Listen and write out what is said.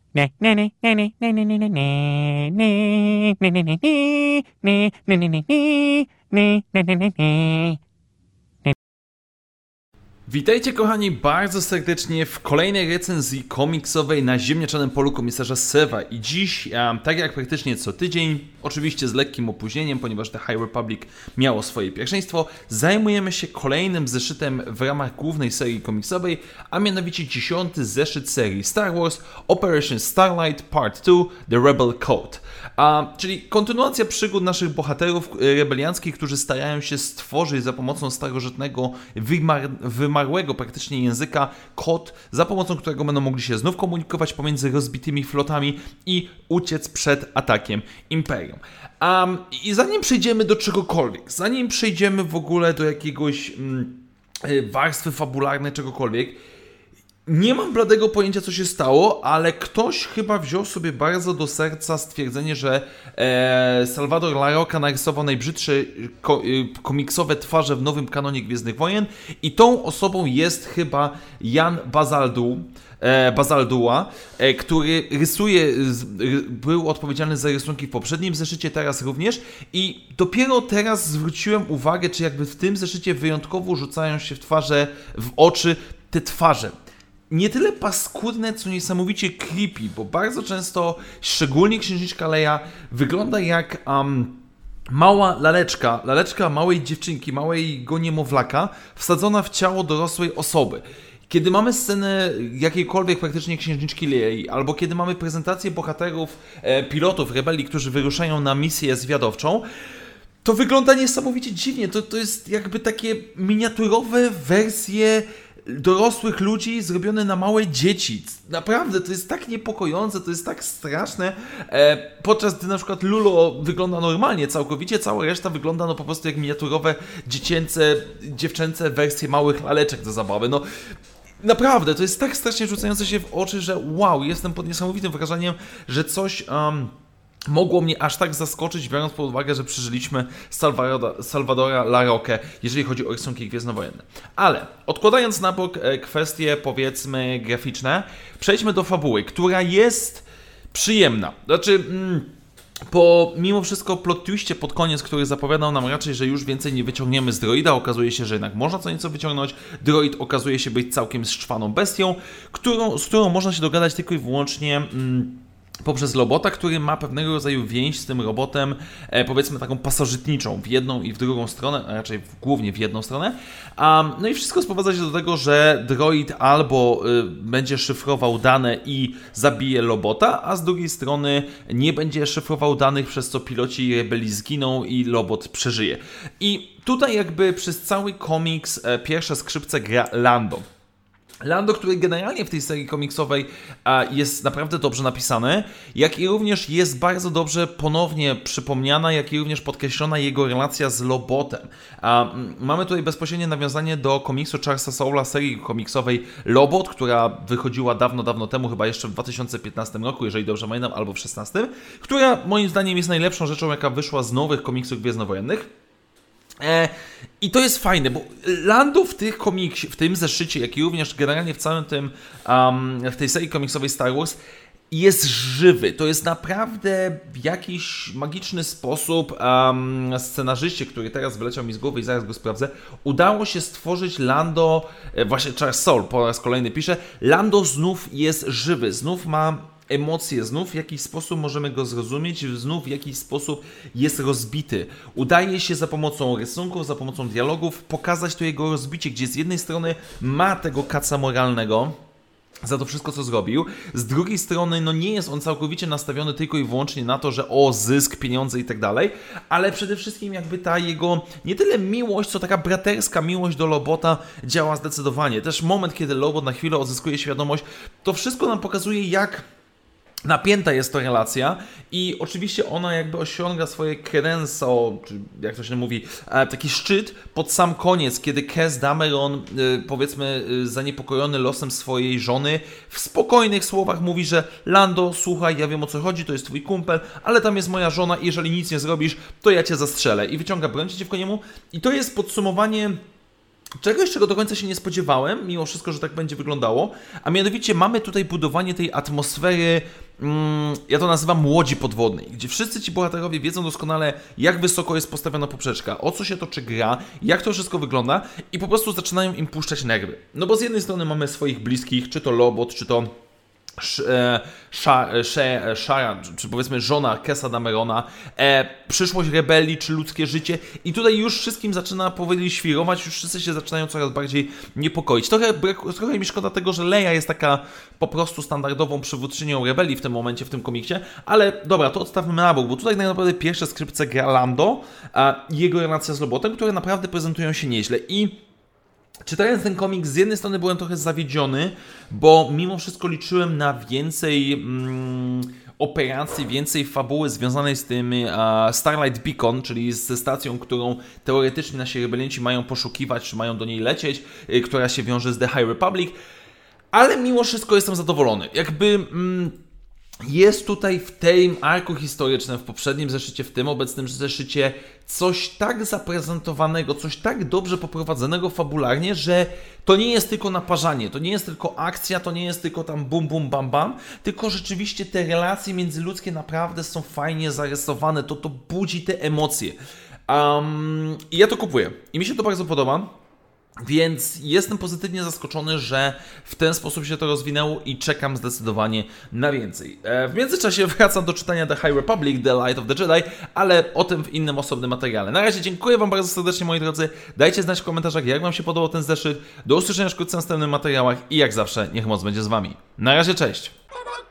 Witajcie kochani bardzo serdecznie w kolejnej recenzji komiksowej na ziemniaczanym polu komisarza Seva i dziś, tak jak praktycznie co tydzień, oczywiście z lekkim opóźnieniem, ponieważ The High Republic miało swoje pierwszeństwo, zajmujemy się kolejnym zeszytem w ramach głównej serii komiksowej, a mianowicie 10. zeszyt serii Star Wars Operation Starlight Part 2 The Rebel Code. Czyli kontynuacja przygód naszych bohaterów rebelianckich, którzy starają się stworzyć za pomocą starożytnego, wymarłego praktycznie języka kod, za pomocą którego będą mogli się znów komunikować pomiędzy rozbitymi flotami i uciec przed atakiem Imperium. I zanim przejdziemy do czegokolwiek, zanim przejdziemy w ogóle do jakiegoś warstwy fabularnej, czegokolwiek, nie mam bladego pojęcia, co się stało, ale ktoś chyba wziął sobie bardzo do serca stwierdzenie, że Salvador Larroca narysował najbrzydsze komiksowe twarze w nowym kanonie Gwiezdnych Wojen i tą osobą jest chyba Jan Bazaldua, który był odpowiedzialny za rysunki w poprzednim zeszycie, teraz również, i dopiero teraz zwróciłem uwagę, czy jakby w tym zeszycie wyjątkowo rzucają się w oczy te twarze. Nie tyle paskudne, co niesamowicie creepy, bo bardzo często, szczególnie księżniczka Leia, wygląda jak mała laleczka małej dziewczynki, małego niemowlaka, wsadzona w ciało dorosłej osoby. Kiedy mamy scenę jakiejkolwiek praktycznie księżniczki Lei, albo kiedy mamy prezentację bohaterów, pilotów rebelii, którzy wyruszają na misję zwiadowczą, to wygląda niesamowicie dziwnie. To jest jakby takie miniaturowe wersje dorosłych ludzi zrobione na małe dzieci. Naprawdę, to jest tak niepokojące, to jest tak straszne. Podczas gdy na przykład Lulo wygląda normalnie całkowicie, cała reszta wygląda po prostu jak miniaturowe, dziewczęce wersje małych laleczek do zabawy. Naprawdę, to jest tak strasznie rzucające się w oczy, że wow, jestem pod niesamowitym wrażeniem, że coś mogło mnie aż tak zaskoczyć, biorąc pod uwagę, że przeżyliśmy Salvadora Larrockę, jeżeli chodzi o rysunki gwiezdnowojenne. Ale odkładając na bok kwestie, powiedzmy, graficzne, przejdźmy do fabuły, która jest przyjemna. Po mimo wszystko plot twistie pod koniec, który zapowiadał nam raczej, że już więcej nie wyciągniemy z droida, okazuje się, że jednak można co nieco wyciągnąć. Droid okazuje się być całkiem szczwaną bestią, z którą można się dogadać tylko i wyłącznie poprzez robota, który ma pewnego rodzaju więź z tym robotem, powiedzmy taką pasożytniczą w jedną i w drugą stronę, a raczej głównie w jedną stronę. No i wszystko sprowadza się do tego, że droid albo będzie szyfrował dane i zabije robota, a z drugiej strony nie będzie szyfrował danych, przez co piloci rebelii zginą i robot przeżyje. I tutaj jakby przez cały komiks pierwsze skrzypce gra Lando, który generalnie w tej serii komiksowej jest naprawdę dobrze napisany, jak i również jest bardzo dobrze ponownie przypomniana, jak i również podkreślona jego relacja z Lobotem. Mamy tutaj bezpośrednie nawiązanie do komiksu Charlesa Soula, serii komiksowej Lobot, która wychodziła dawno temu, chyba jeszcze w 2015 roku, jeżeli dobrze pamiętam, albo w 2016, która moim zdaniem jest najlepszą rzeczą, jaka wyszła z nowych komiksów gwiezdnowojennych. I to jest fajne, bo Lando w tym zeszycie, jak i również generalnie w całym tym, w tej serii komiksowej Star Wars jest żywy. To jest naprawdę w jakiś magiczny sposób scenarzyście, który teraz wyleciał mi z głowy i zaraz go sprawdzę, udało się stworzyć Lando, właśnie Charles Soule po raz kolejny pisze, Lando znów jest żywy, znów ma emocje, znów w jakiś sposób możemy go zrozumieć, znów w jakiś sposób jest rozbity. Udaje się za pomocą rysunków, za pomocą dialogów pokazać to jego rozbicie, gdzie z jednej strony ma tego kaca moralnego za to wszystko, co zrobił. Z drugiej strony, nie jest on całkowicie nastawiony tylko i wyłącznie na to, że zysk, pieniądze i tak dalej, ale przede wszystkim jakby ta jego nie tyle miłość, co taka braterska miłość do Lobota działa zdecydowanie. Też moment, kiedy Lobot na chwilę odzyskuje świadomość, to wszystko nam pokazuje, jak napięta jest to relacja i oczywiście ona jakby osiąga swoje credenso, czy jak to się mówi, taki szczyt pod sam koniec, kiedy Kes Dameron, powiedzmy zaniepokojony losem swojej żony, w spokojnych słowach mówi, że Lando, słuchaj, ja wiem o co chodzi, to jest twój kumpel, ale tam jest moja żona i jeżeli nic nie zrobisz, to ja cię zastrzelę. I wyciąga broń przeciwko niemu i to jest podsumowanie czegoś, czego do końca się nie spodziewałem, mimo wszystko, że tak będzie wyglądało, a mianowicie mamy tutaj budowanie tej atmosfery, ja to nazywam łodzi podwodnej, gdzie wszyscy ci bohaterowie wiedzą doskonale, jak wysoko jest postawiona poprzeczka, o co się toczy gra, jak to wszystko wygląda i po prostu zaczynają im puszczać nerwy. No bo z jednej strony mamy swoich bliskich, czy to Lobot, czy to Shara, czy powiedzmy żona Kesa Damerona, przyszłość rebelii, czy ludzkie życie i tutaj już wszystkim zaczyna powoli świrować, już wszyscy się zaczynają coraz bardziej niepokoić. Trochę mi szkoda tego, że Leia jest taka po prostu standardową przywódczynią rebelii w tym momencie, w tym komiksie, ale dobra, to odstawmy na bok, bo tutaj tak naprawdę pierwsze skrzypce gra Lando i jego relacja z Lobotem, które naprawdę prezentują się nieźle i czytając ten komiks, z jednej strony byłem trochę zawiedziony, bo mimo wszystko liczyłem na więcej operacji, więcej fabuły związanej z tym Starlight Beacon, czyli ze stacją, którą teoretycznie nasi rebelianci mają poszukiwać, czy mają do niej lecieć, która się wiąże z The High Republic, ale mimo wszystko jestem zadowolony. Jakby... Jest tutaj w tym arku historycznym, w poprzednim zeszycie, w tym obecnym zeszycie coś tak zaprezentowanego, coś tak dobrze poprowadzonego fabularnie, że to nie jest tylko naparzanie, to nie jest tylko akcja, to nie jest tylko tam bum bum bam bam, tylko rzeczywiście te relacje międzyludzkie naprawdę są fajnie zarysowane, to budzi te emocje. I ja to kupuję. I mi się to bardzo podoba. Więc jestem pozytywnie zaskoczony, że w ten sposób się to rozwinęło i czekam zdecydowanie na więcej. W międzyczasie wracam do czytania The High Republic, The Light of the Jedi, ale o tym w innym osobnym materiale. Na razie dziękuję Wam bardzo serdecznie, moi drodzy. Dajcie znać w komentarzach, jak Wam się podobał ten zeszyt. Do usłyszenia wkrótce w następnych materiałach i jak zawsze, niech moc będzie z Wami. Na razie, cześć!